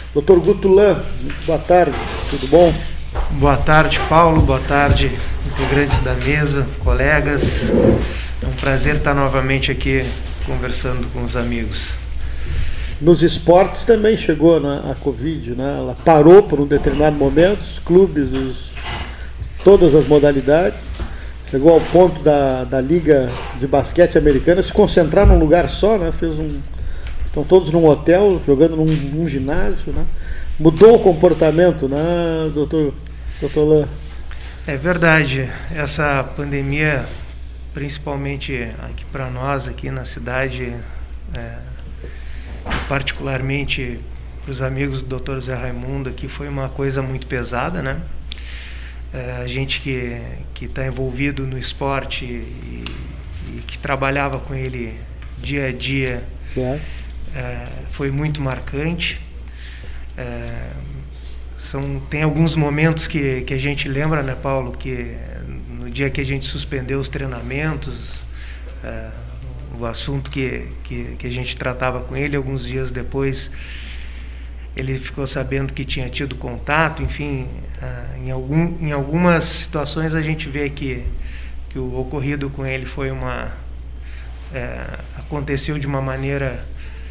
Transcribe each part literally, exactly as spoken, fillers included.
doutor Guto Lan, boa tarde, tudo bom? Boa tarde, Paulo, boa tarde, integrantes da mesa, colegas. É um prazer estar novamente aqui conversando com os amigos. Nos esportes também chegou, né, a Covid, né? Ela parou por um determinado momento, os clubes, os, todas as modalidades. Chegou ao ponto da, da Liga de Basquete Americana se concentrar num lugar só, né? Fez um, estão todos num hotel, jogando num, num ginásio, né? Mudou o comportamento, né, doutor, doutor Lan? É verdade. Essa pandemia, principalmente aqui para nós, aqui na cidade, é, particularmente para os amigos do doutor Zé Raimundo, aqui foi uma coisa muito pesada, né? É, a gente que que está envolvido no esporte e, e que trabalhava com ele dia a dia, Claro. é, foi muito marcante. É, são, tem alguns momentos que, que a gente lembra, né, Paulo, que no dia que a gente suspendeu os treinamentos, é, o assunto que, que, que a gente tratava com ele, alguns dias depois ele ficou sabendo que tinha tido contato, enfim, uh, em, algum, em algumas situações a gente vê que, que o ocorrido com ele foi uma... É, aconteceu de uma maneira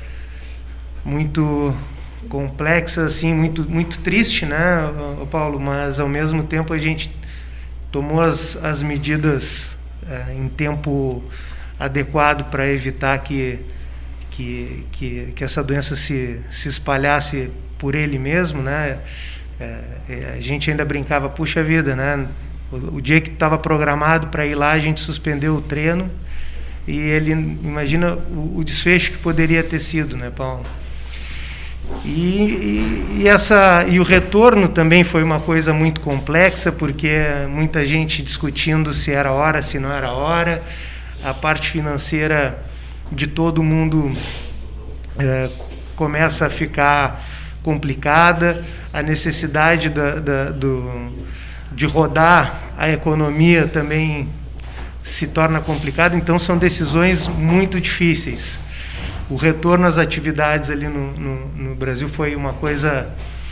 muito complexa, assim, muito, muito triste, né, Paulo? Mas, ao mesmo tempo, a gente tomou as, as medidas é, em tempo adequado para evitar que Que, que, que essa doença se, se espalhasse por ele mesmo, né? É, a gente ainda brincava, puxa vida, né? O, o dia que estava programado para ir lá, a gente suspendeu o treino e ele, imagina o, o desfecho que poderia ter sido, né, Paulo? E, e, e, essa, e o retorno também foi uma coisa muito complexa, porque muita gente discutindo se era hora, se não era hora, a parte financeira de todo mundo é, começa a ficar complicada, a necessidade da, da, do, de rodar a economia também se torna complicada, então são decisões muito difíceis. O retorno às atividades ali no, no, no Brasil foi uma coisa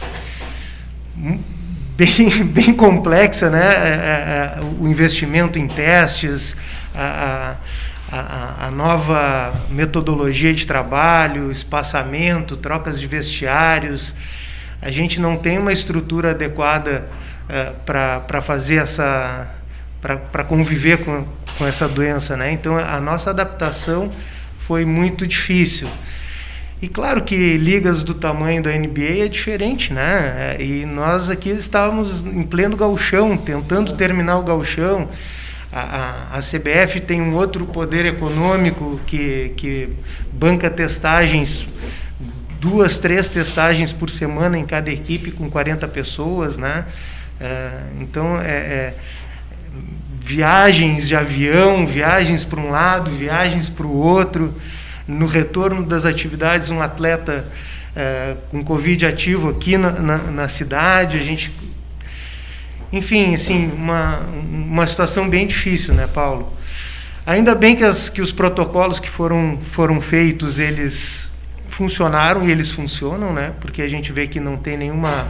bem, bem complexa, né? É, é, o investimento em testes, a, a A, a nova metodologia de trabalho, espaçamento, trocas de vestiários. A gente não tem uma estrutura adequada uh, para fazer essa, para conviver com, com essa doença, né? Então a nossa adaptação foi muito difícil. E claro que ligas do tamanho da N B A é diferente, né? E nós aqui estávamos em pleno gauchão, tentando terminar o gauchão. A, a, a C B F tem um outro poder econômico que, que banca testagens, duas, três testagens por semana em cada equipe com quarenta pessoas, né? É, então, é, é, viagens de avião, viagens para um lado, viagens para o outro. No retorno das atividades, um atleta é, com Covid ativo aqui na, na, na cidade, a gente... Enfim, assim, uma, uma situação bem difícil, né, Paulo? Ainda bem que, as, que os protocolos que foram, foram feitos, eles funcionaram e eles funcionam, né? Porque a gente vê que não tem nenhuma,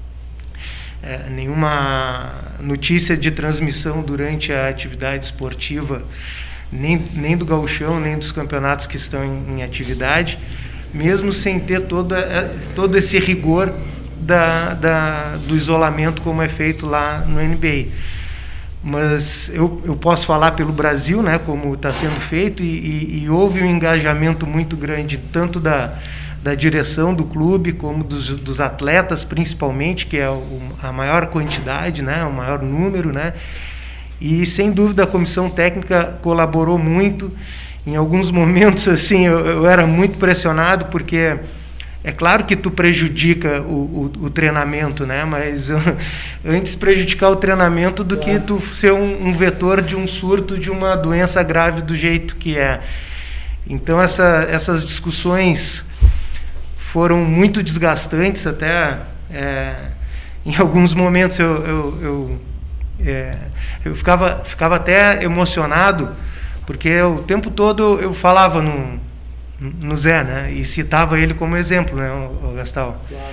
é, nenhuma notícia de transmissão durante a atividade esportiva, nem, nem do gauchão, nem dos campeonatos que estão em, em atividade, mesmo sem ter toda, todo esse rigor Da, da, do isolamento como é feito lá no N B A. Mas eu, eu posso falar pelo Brasil, né, como está sendo feito, e, e, e houve um engajamento muito grande, tanto da, da direção do clube, como dos, dos atletas, principalmente, que é o, a maior quantidade, né, o maior número, né, e sem dúvida a comissão técnica colaborou muito. Em alguns momentos, assim, eu, eu era muito pressionado, porque é claro que tu prejudica o, o, o treinamento, né? Mas eu, antes prejudicar o treinamento do claro. Que tu ser um, um vetor de um surto de uma doença grave do jeito que é. Então essa, essas discussões foram muito desgastantes, até é, em alguns momentos eu, eu, eu, é, eu ficava, ficava até emocionado, porque o tempo todo eu falava no... no Zé, né? E citava ele como exemplo, né, o Gastal. Claro.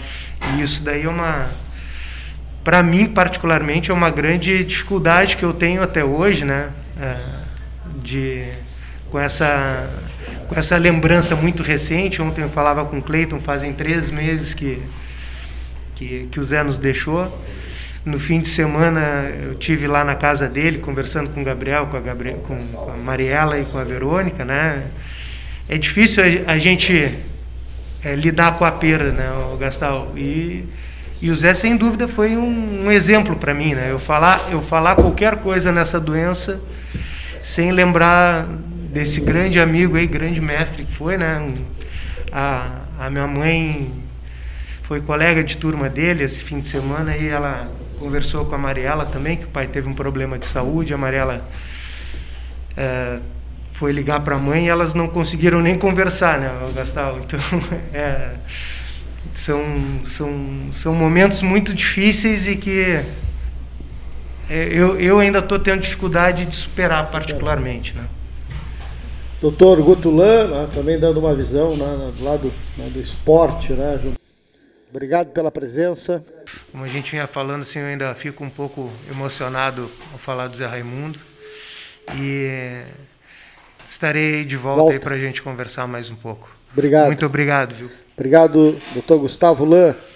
E isso daí é uma, para mim particularmente, é uma grande dificuldade que eu tenho até hoje, né? É, de, com, essa, com essa lembrança muito recente. Ontem eu falava com o Cleiton, fazem três meses que, que, que o Zé nos deixou. No fim de semana eu tive lá na casa dele, conversando com o Gabriel, com a, Gabriel, com a Mariela e com a Verônica, né? É difícil a, a gente é, lidar com a perda, né, o Gastal? E, e o Zé, sem dúvida, foi um, um exemplo para mim, né? Eu falar, eu falar qualquer coisa nessa doença sem lembrar desse grande amigo aí, grande mestre que foi, né? A, a minha mãe foi colega de turma dele esse fim de semana e ela conversou com a Mariela também, que o pai teve um problema de saúde. A Mariela é, foi ligar para a mãe e elas não conseguiram nem conversar, né, Gastal? Então, é, são, são, são momentos muito difíceis e que é, eu, eu ainda estou tendo dificuldade de superar particularmente, né? Doutor Gutulan, né, também dando uma visão, né, do lado, né, do esporte, né? Obrigado pela presença. Como a gente vinha falando, assim, eu ainda fico um pouco emocionado ao falar do Zé Raimundo. E estarei de volta, volta. aí para a gente conversar mais um pouco. Obrigado. Muito obrigado, viu? Obrigado, doutor Gustavo Lan.